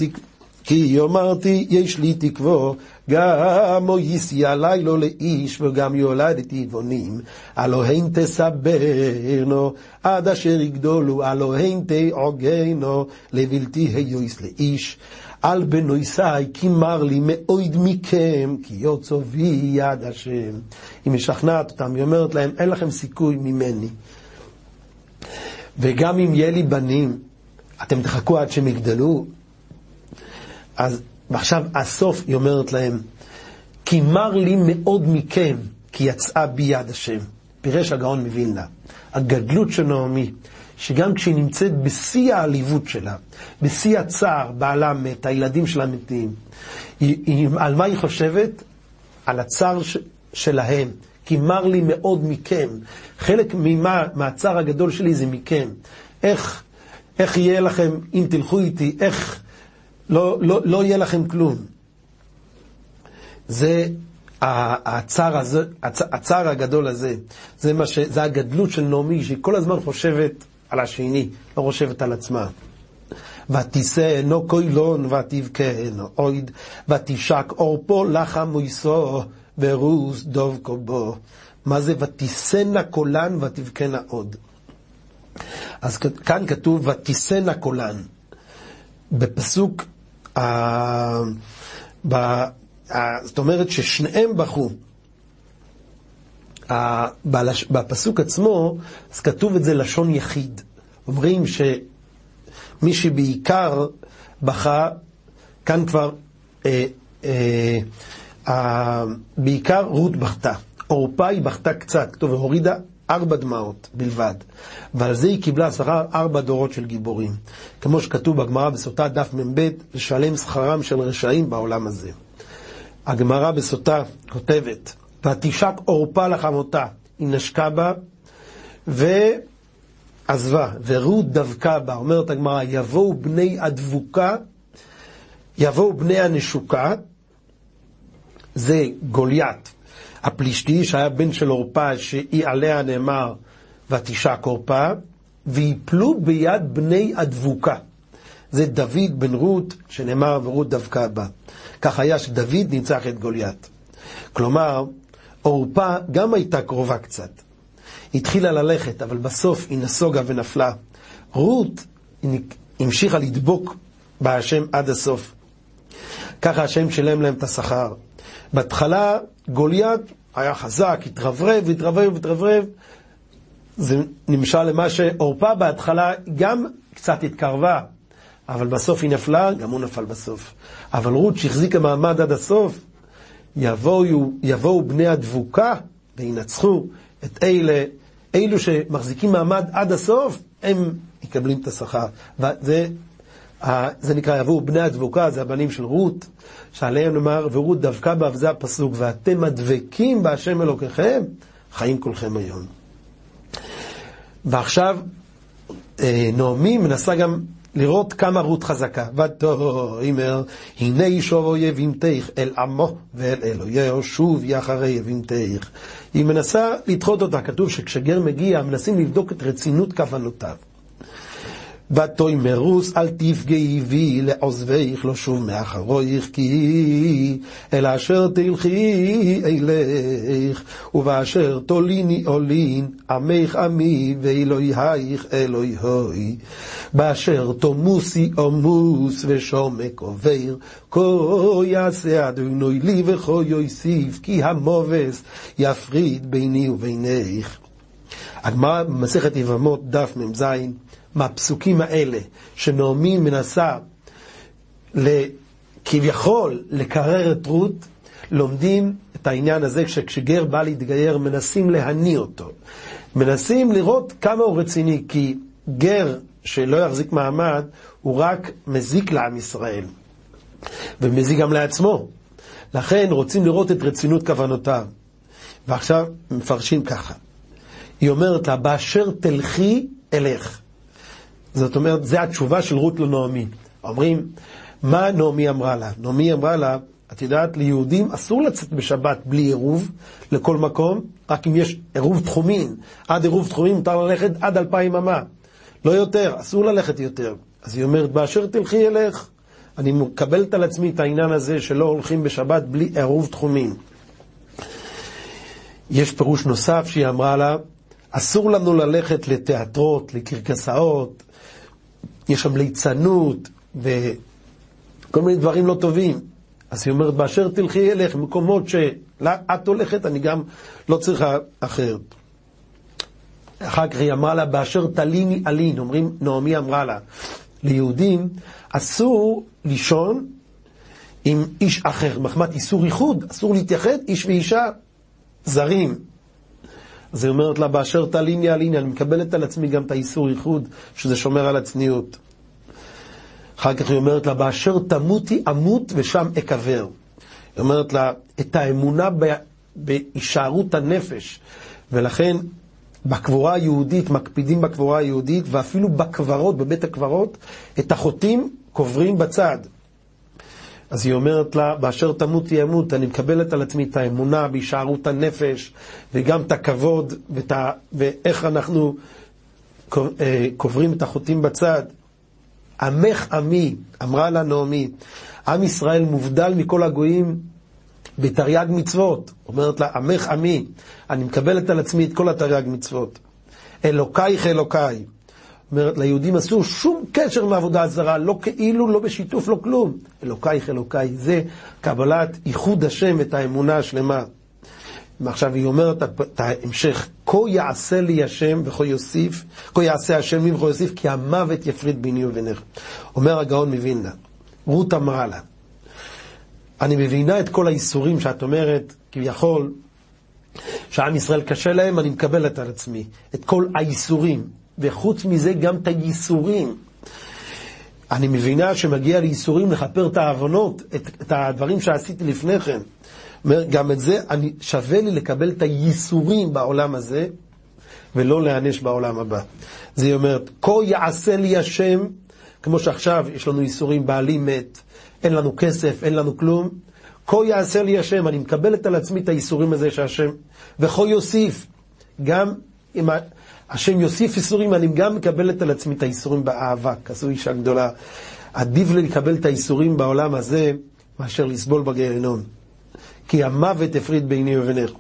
יש לי תקווה, גם מויסי עלי לו לאיש, וגם יולדתי בונים, אלוהים תסברנו, עד אשר יגדולו, אלוהים תעוגנו, לבלתי היועס לאיש. על בנויסי, כי מר לי מאוד מכם, כי יוצא בי יד השם. היא משכנעת אותם, היא אומרת להם, אין לכם סיכוי ממני. וגם אם יהיה לי בנים, אתם תחכו עד שהם יגדלו. אז עכשיו הסוף היא אומרת להם, כי מר לי מאוד מכם, כי יצאה בי יד השם. פירש הגאון מווילנה, הגדלות של נעמי, שגם כשהיא נמצאת בשיא העליבות שלה, בשיא הצער, בעלה מת, הילדים שלה מתים, על מה היא חושבת? על הצער שלהם. כי מר לי מאוד מכם. חלק מהצער הגדול שלי זה מכם. איך יהיה לכם אם תלכו איתי? איך לא יהיה לכם כלום. זה הצער הגדול הזה. זה הגדלות של נעמי, שהיא כל הזמן חושבת על השני, לא חושבת על עצמה. ותישא נו קוילון ותבכנו אויד, ותשק אורפו לחם מויסו ורוס דוב קובו. מה זה ותישאנה קולן ותבכנה עוד? אז כאן כתוב ותישאנה קולן. בפסוק, זאת אומרת ששניהם בכו. בפסוק עצמו, אז כתוב את זה לשון יחיד. אומרים שמי שבעיקר בכה, כאן כבר, בעיקר רות בכתה. אורפה היא בכתה קצת, כתוב, והורידה 4 דמעות בלבד. ועל זה היא קיבלה שכר 4 דורות של גיבורים. כמו שכתוב בגמרא בסוטה דף מ"ב, לשלם שכרם של רשעים בעולם הזה. הגמרא בסוטה כותבת, ותשק אורפה לחמותה, היא נשקה בה ועזבה, ורות דבקה בה. אומרת הגמרא, יבואו בני הדבוקה, יבואו בני הנשוקה, זה גוליית הפלישתי שהיה בן של אורפה, שהיא עליה נאמר ותשק אורפה, ויפלו ביד בני הדבוקה. זה דוד בן רות שנאמר ורות דבקה בה. כך היה שדוד ניצח את גוליית. כלומר, אורפה גם הייתה קרובה קצת. התחילה ללכת, אבל בסוף היא נסוגה ונפלה. רות המשיכה לדבוק בהשם עד הסוף. ככה השם שלם להם את השכר. בהתחלה גוליית היה חזק, התרברב. זה נמשל למה שאורפה בהתחלה גם קצת התקרבה, אבל בסוף היא נפלה, גם הוא נפל בסוף. אבל רות שהחזיקה מעמד עד הסוף, יבואו בני הדבוקה וינצחו את אלו שמחזיקים מעמד עד הסוף, הם יקבלים את השכר. זה נקרא יבואו בני הדבוקה, זה הבנים של רות, שעליהם נאמר ורות דבקה בה, וזה הפסוק, ואתם הדבקים בהשם אלוקיכם, חיים כולכם היום. ועכשיו נעמי מנסה גם לראות כמה רות חזקה. ותאמר הנה ישוב אויב יבמתך אל עמו ואל אלוהיו שוב אחרי יבמתך. היא מנסה לדחות אותה. כתוב שכשגר מגיע מנסים לבדוק את רצינות כוונותיו. ותוי מרוס אל תפגעי בי לעוזבייך לא שוב מאחרייך כי אל אשר תלכי אלייך ובאשר תוליני אולין עמך עמי ואלוהיך אלוהי באשר תומוסי עמוס ושומק עובר כה יעשה אדוני לי וכה יוסיף כי המובס יפריד ביני ובינך. הגמרא במסכת יבמות דף מ"ז מהפסוקים האלה שנעמי מנסה כביכול לקרר את רות, לומדים את העניין הזה שכשגר בא להתגייר מנסים להניע אותו, מנסים לראות כמה הוא רציני, כי גר שלא יחזיק מעמד הוא רק מזיק לעם ישראל ומזיק גם לעצמו, לכן רוצים לראות את רצינות כוונותיו. ועכשיו מפרשים ככה, היא אומרת לה באשר תלכי אלך. זאת אומרת, זה התשובה של רות לנעמי. אומרים, מה נעמי אמרה לה? נעמי אמרה לה, את יודעת, ליהודים אסור לצאת בשבת בלי עירוב לכל מקום, רק אם יש עירוב תחומין. עד עירוב תחומין מותר ללכת עד 2000 אמה. לא יותר, אסור ללכת יותר. אז היא אומרת, באשר תלכי אלך. אני מקבלת על עצמי את העניין הזה שלא הולכים בשבת בלי עירוב תחומין. יש פירוש נוסף שהיא אמרה לה, אסור לנו ללכת לתיאטרות, לקרקסאות, יש שם ליצנות וכל מיני דברים לא טובים. אז היא אומרת, באשר תלכי אלך, מקומות שאת הולכת, אני גם לא צריכה אחרת. אחר כך היא אמרה לה, באשר תליני אלין, אומרים, נעמי אמרה לה, ליהודים אסור לישון עם איש אחר, מחמת איסור ייחוד, אסור להתייחד איש ואישה זרים. אז היא אומרת לה, באשר תליני אלין, אני מקבלת על עצמי גם את האיסור ייחוד, שזה שומר על הצניעות. אחר כך היא אומרת לה, באשר תמותי אמות ושם אקבר. היא אומרת לה, את האמונה בהישארות הנפש, ולכן בקבורה היהודית, מקפידים בקבורה היהודית, ואפילו בקברות, בבית הקברות, את החוטים קוברים בצד. אז היא אומרת לה, באשר תמותי אמות, אני מקבלת על עצמי את האמונה בהישארות הנפש, וגם את הכבוד, ואיך אנחנו קוברים את החוטים בצד. עמך עמי, אמרה לה נעמי, עם ישראל מובדל מכל הגויים בתרי"ג מצוות. אומרת לה, עמך עמי, אני מקבלת על עצמי את כל התרי"ג מצוות. אלוקייך אלוקיי. אומרת, ליהודים אסור שום קשר מעבודה זרה, לא כאילו, לא בשיתוף, לא כלום. אלוקייך אלוקיי, זה קבלת ייחוד השם, את האמונה השלמה. עכשיו היא אומרת את ההמשך, כה יעשה לי השם וכה יוסיף, כה יעשה השם לי וכה יוסיף, כי המוות יפריד ביני ובינך. אומר הגאון מווילנה, רות אמרה לה, אני מבינה את כל האיסורים שאת אומרת, כביכול, שעם ישראל קשה להם, אני מקבלת על עצמי את כל האיסורים, וחוץ מזה גם את הייסורים. אני מבינה שמגיע לאיסורים לכפר את העוונות, את הדברים שעשיתי לפני כן. גם את זה אני שווה לי לקבל את הייסורים בעולם הזה, ולא להענש בעולם הבא. זה אומרת, כה יעשה לי השם, כמו שעכשיו יש לנו איסורים, בעלי מת, אין לנו כסף, אין לנו כלום, כה יעשה לי השם, אני מקבלת על עצמי את האיסורים הזה שהשם, וכה יוסיף, גם אם השם יוסיף איסורים, אני גם מקבלת על עצמי את האיסורים באהבה, כזו אישה גדולה. עדיף לי לקבל את האיסורים בעולם הזה, מאשר לסבול בגיהנום. כי המוות הפריד ביני ובינך.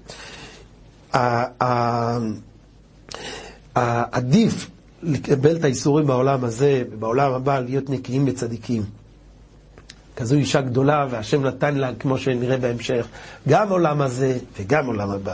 עדיף לקבל את האיסורים בעולם הזה, ובעולם הבא להיות נקיים וצדיקים. כזו אישה גדולה, והשם נתן לה, כמו שנראה בהמשך, גם עולם הזה וגם עולם הבא.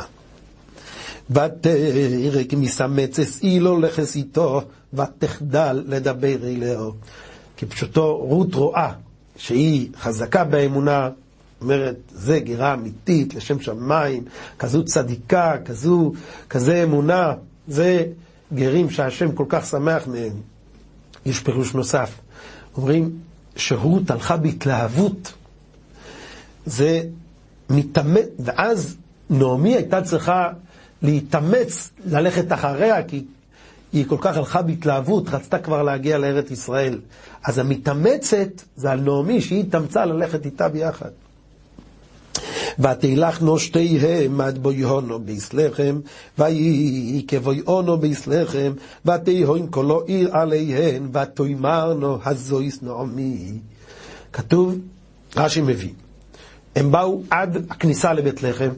ותראה כי מסמצס אילו לכס איתו, ותחדל לדבר אליה. כפשוטו רות רואה שהיא חזקה באמונה, אומרת, זה גירה אמיתית לשם שמיים, כזו צדיקה, כזה אמונה, זה גרים שהשם כל כך שמח מהם. יש פירוש נוסף, אומרים שרות הלכה בהתלהבות, זה מתאמץ, ואז נעמי הייתה צריכה להתאמץ ללכת אחריה, כי היא כל כך הלכה בהתלהבות, רצתה כבר להגיע לארץ ישראל. אז המתאמצת זה על נעמי, שהיא התאמצה ללכת איתה ביחד. ותלכנו שתיהם עד בויהונו ביסלחם, ויהי כבויהונו ביסלחם, ותהון כלו עיר עליהן, ותאמרנו הזויס נעמי. כתוב, רש"י מביא, הם באו עד הכניסה לבית לחם,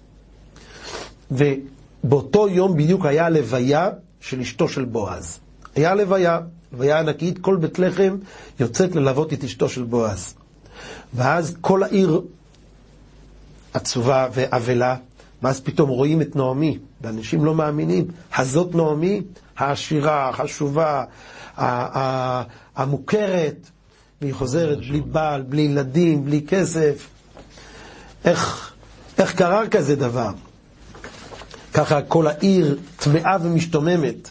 ובאותו יום בדיוק היה לוויה של אשתו של בועז. היה לוויה ענקית, כל בית לחם יוצאת ללוות את אשתו של בועז. ואז כל העיר עצובה ואבלה, ואז פתאום רואים את נעמי, ואנשים לא מאמינים, הזאת נעמי, העשירה, החשובה, המוכרת, והיא חוזרת בלי בעל, בלי ילדים, בלי כסף. איך קרה כזה דבר? ככה כל העיר טמאה ומשתוממת.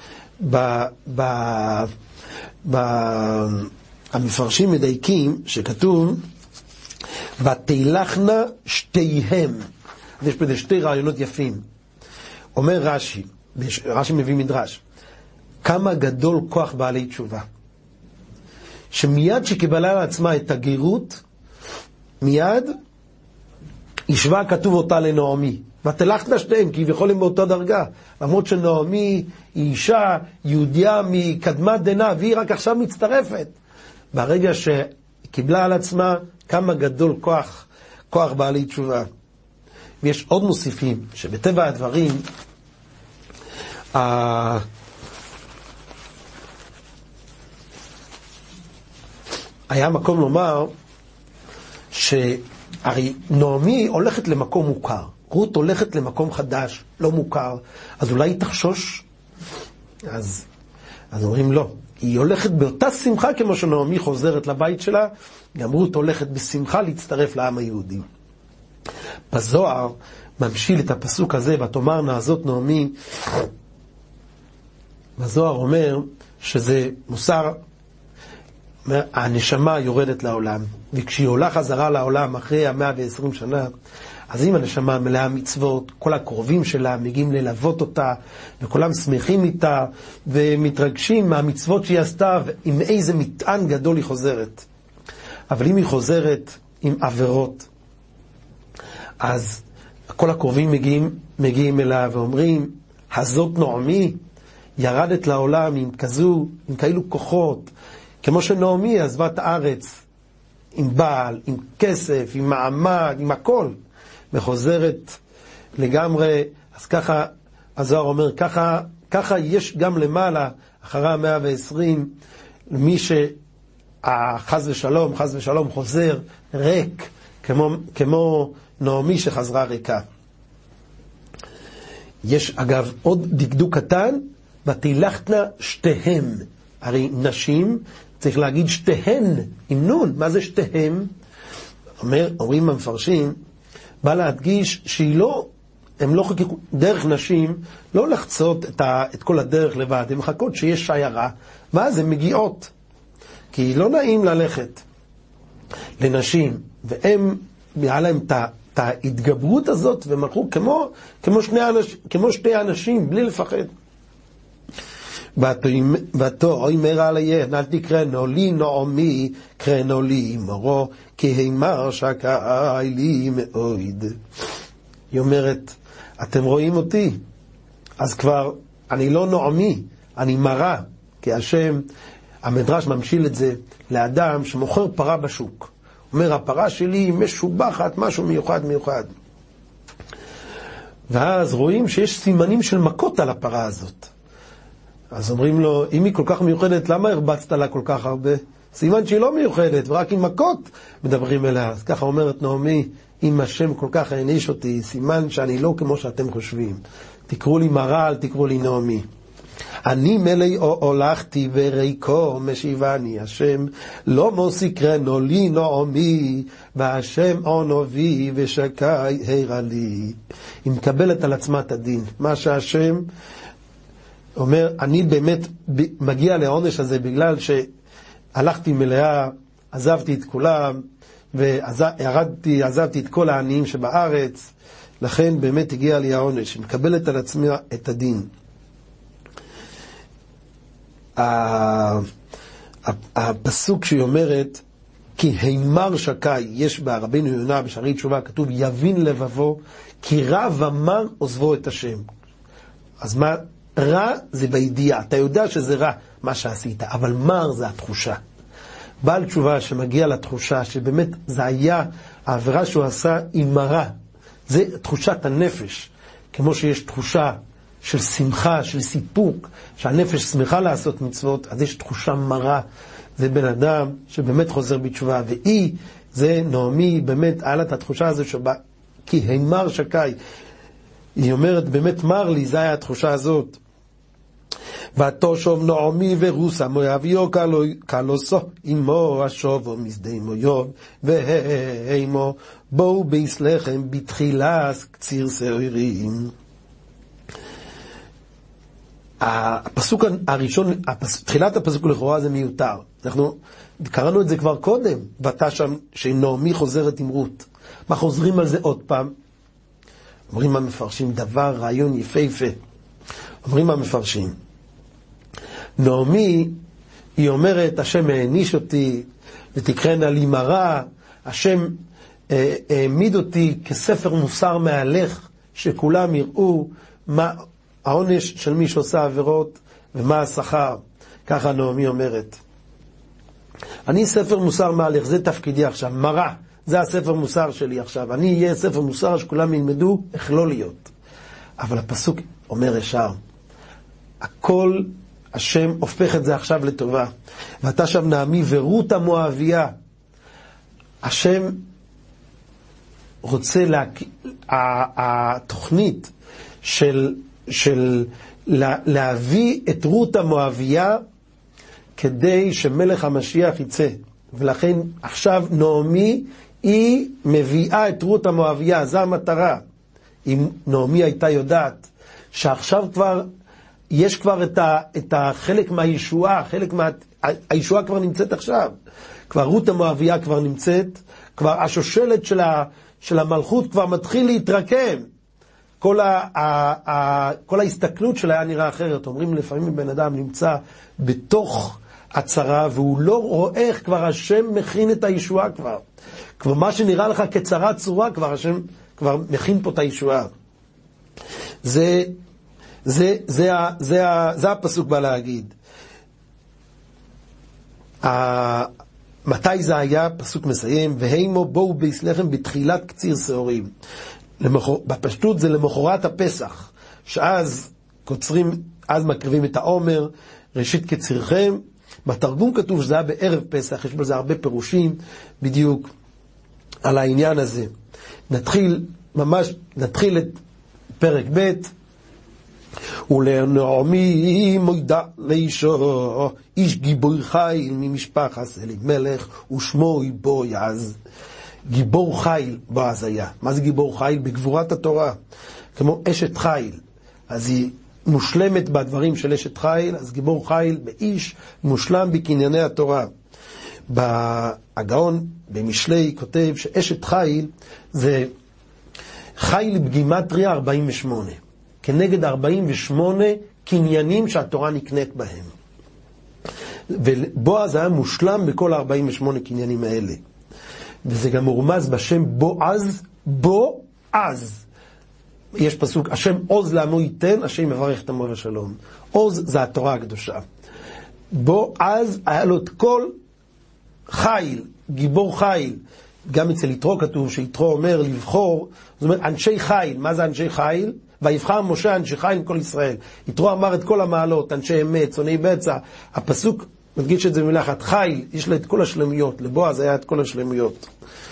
המפרשים מדייקים שכתוב ותלכנה שתיהם. יש פה שתי רעיונות יפים. אומר רש"י, רש"י מביא מדרש, כמה גדול כוח בעלי תשובה, שמיד שקיבלה לעצמה את הגירות, מיד ישבה כתוב אותה לנעמי. ותלכנה שתיהם, כי יכולים באותה דרגה, למרות שנעמי היא אישה יהודיה מקדמת דנא, והיא רק עכשיו מצטרפת. ברגע שקיבלה על עצמה, כמה גדול כוח בעלי תשובה. ויש עוד מוסיפים, שבטבע הדברים, היה מקום לומר, שהרי נעמי הולכת למקום מוכר, רות הולכת למקום חדש, לא מוכר, אז אולי היא תחשוש? אז אומרים לא. היא הולכת באותה שמחה כמו שנעמי חוזרת לבית שלה, גם רות הולכת בשמחה להצטרף לעם היהודי. בזוהר ממשיל את הפסוק הזה, ותאמרנה הזאת נעמי, בזוהר אומר שזה מוסר, הנשמה יורדת לעולם, וכשהיא עולה חזרה לעולם אחרי 120 שנה, אז אם הנשמה מלאה מצוות, כל הקרובים שלה מגיעים ללוות אותה, וכולם שמחים איתה, ומתרגשים מהמצוות שהיא עשתה, ועם איזה מטען גדול היא חוזרת. אבל אם היא חוזרת עם עבירות, אז כל הקרובים מגיעים אליה ואומרים, הזאת נעמי, ירדת לעולם עם כאלו כוחות, כמו שנעמי עזבה את הארץ, עם בעל, עם כסף, עם מעמד, עם הכל, וחוזרת לגמרי. אז ככה הזוהר אומר, ככה יש גם למעלה, אחרי 120, מי שחז ושלום חוזר ריק, כמו נעמי שחזרה ריקה. יש אגב עוד דקדוק קטן, ותלכנה שתיהם. הרי נשים צריך להגיד שתיהן עם נון. מה זה שתיהם? אומרים המפרשים, בא להדגיש שהיא לא, הם לא חכו, דרך נשים לא לחצות את כל הדרך לבד, הן מחכות שיש שיירה, ואז הן מגיעות, כי לא נעים ללכת לנשים, והם היה להם את ההתגברות הזאת, והם הלכו כמו שתי אנשים, בלי לפחד. ותאמר עליהן, אל תקראנו לי נעמי, קראנו לי מורו, כי הימר שקעי לי מאוד. היא אומרת, אתם רואים אותי, אז כבר אני לא נעמי, אני מרה, כי השם, המדרש ממשיל את זה לאדם שמוכר פרה בשוק. אומר, הפרה שלי משובחת, משהו מיוחד. ואז רואים שיש סימנים של מכות על הפרה הזאת. אז אומרים לו, אם היא כל כך מיוחדת, למה הרבצת לה כל כך הרבה? סימן שהיא לא מיוחדת, ורק עם מכות מדברים אליה. אז ככה אומרת נעמי, אם השם כל כך העניש אותי, סימן שאני לא כמו שאתם חושבים. תקראו לי מרה, אל תקראו לי נעמי. אני מלא הולכתי וריקו משיבני השם, לא מוסיקרנו לי נעמי, והשם עונובי ושקי הרע לי. היא מקבלת על עצמה את הדין. מה שהשם אומר, אני באמת מגיע לעונש הזה בגלל שהלכתי מלאה, עזבתי את כולם, עזבתי את כל העניים שבארץ, לכן באמת הגיע לי העונש. היא מקבלת על עצמה את הדין. הפסוק שהיא אומרת, כי הימר שקי, יש ברבינו יונה בשערי תשובה, כתוב יבין לבבו, כי רע ומר עוזבו את השם. אז מה? רע זה בידיעה, אתה יודע שזה רע מה שעשית, אבל מר זה התחושה. בעל תשובה שמגיע לתחושה שבאמת זה היה העבירה שהוא עשה עם מרה, זה תחושת הנפש, כמו שיש תחושה של שמחה, של סיפוק, שהנפש שמחה לעשות מצוות, אז יש תחושה מרה, זה בן אדם שבאמת חוזר בתשובה, והיא, זה נעמי, באמת היה לה את התחושה הזו שבה, כי הימר שקי, היא אומרת באמת מר לי, זה היה התחושה הזאת. ותושוב נעמי ורוסה מואביו קלוסו עמו השובו משדה מויוב והימו בואו ביסלחם בתחילת קציר שעירים. הפסוק הראשון, תחילת הפסוק לכאורה זה מיותר, אנחנו קראנו את זה כבר קודם, ותשם שנעמי חוזרת עם רות. מה חוזרים על זה עוד פעם? אומרים המפרשים דבר רעיון יפהפה. אומרים המפרשים נעמי, היא אומרת, השם העניש אותי, ותקרנה לי מרה, השם העמיד אותי כספר מוסר מהלך, שכולם יראו מה העונש של מי שעושה עבירות, ומה השכר. ככה נעמי אומרת. אני ספר מוסר מהלך, זה תפקידי עכשיו, מרה, זה הספר מוסר שלי עכשיו. אני אהיה ספר מוסר שכולם ילמדו איך לא להיות. אבל הפסוק אומר ישר, הכל השם הופך את זה עכשיו לטובה. ואתה שם נעמי ורות המואביה. השם רוצה התוכנית של להביא את רות המואביה כדי שמלך המשיח יצא. ולכן עכשיו נעמי היא מביאה את רות המואביה, זו המטרה. אם נעמי הייתה יודעת שעכשיו כבר יש כבר את החלק מהישועה, הישועה כבר נמצאת עכשיו. כבר רות המואביה כבר נמצאת, כבר השושלת של המלכות כבר מתחיל להתרקם. כל ההסתכלות שלה היה נראה אחרת. אומרים לפעמים בן אדם נמצא בתוך הצרה, והוא לא רואה איך כבר השם מכין את הישועה כבר. כבר מה שנראה לך כצרה צורה, כבר השם כבר מכין פה את הישועה. זה הפסוק בא להגיד. מתי זה היה? פסוק מסיים, והימו בואו ביסלחם בתחילת קציר שעורים. בפשטות זה למחרת הפסח, שאז קוצרים, אז מקריבים את העומר, ראשית קצירכם. בתרגום כתוב שזה היה בערב פסח, יש בזה הרבה פירושים בדיוק על העניין הזה. נתחיל את פרק ב'. ולנעמי מוידה לאישו איש גיבור חיל ממשפחת אלימלך ושמו בועז. גיבור חיל בועז היה. מה זה גיבור חיל? בגבורת התורה, כמו אשת חיל, אז היא מושלמת בדברים של אשת חיל. אז גיבור חיל באיש מושלם בקנייני התורה. הגאון במשלי כותב שאשת חיל זה חיל בגימטריה 48, כנגד 48 קניינים שהתורה נקנית בהם. ובועז היה מושלם בכל 48 קניינים האלה. וזה גם מורמז בשם בועז, בועז. יש פסוק, השם עוז לעמו ייתן, השם מברך את עמו בשלום. עוז זה התורה הקדושה. בועז היה לו את כל חיל, גיבור חיל. גם אצל יתרו כתוב שיתרו אומר לבחור, זאת אומרת אנשי חיל. מה זה אנשי חיל? ויבחר משה אנשי חיל כל ישראל. יתרו אמר את כל המעלות, אנשי אמת, צוני בצע. הפסוק מדגיש את זה במילה אחת, חיל, יש לה את כל השלמויות. לבועז היה את כל השלמויות.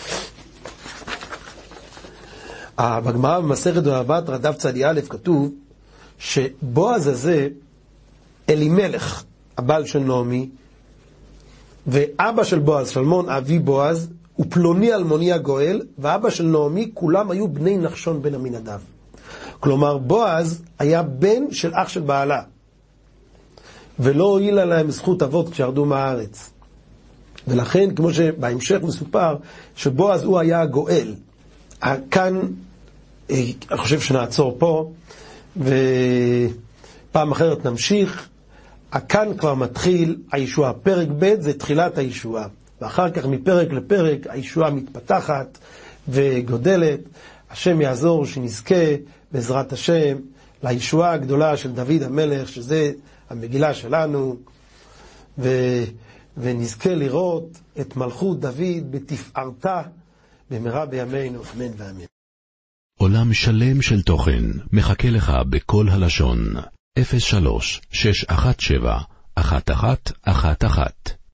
בגמרא במסכת בבא בתרא דף צדי א' כתוב שבועז הזה אלימלך הבעל של נעמי, ואבא של בועז שלמון אבי בועז, ופלוני אלמוני הגואל, ואבא של נעמי, כולם היו בני נחשון בן עמינדב. כלומר בועז היה בן של אח של בעלה, ולא הועילה להם זכות אבות כשירדו מהארץ. ולכן כמו שבהמשך מסופר שבועז הוא היה הגואל. כאן אני חושב שנעצור פה ופעם אחרת נמשיך. כאן כבר מתחיל הישועה. פרק ב' זה תחילת הישועה. ואחר כך מפרק לפרק הישועה מתפתחת וגודלת. השם יעזור שנזכה בעזרת השם לישועה הגדולה של דוד המלך, שזה המגילה שלנו, ונזכה לראות את מלכות דוד בתפארתה במהרה בימינו, אמן ואמן. עולם שלם של תוכן מחכה לך בכל הלשון. 03-617-1111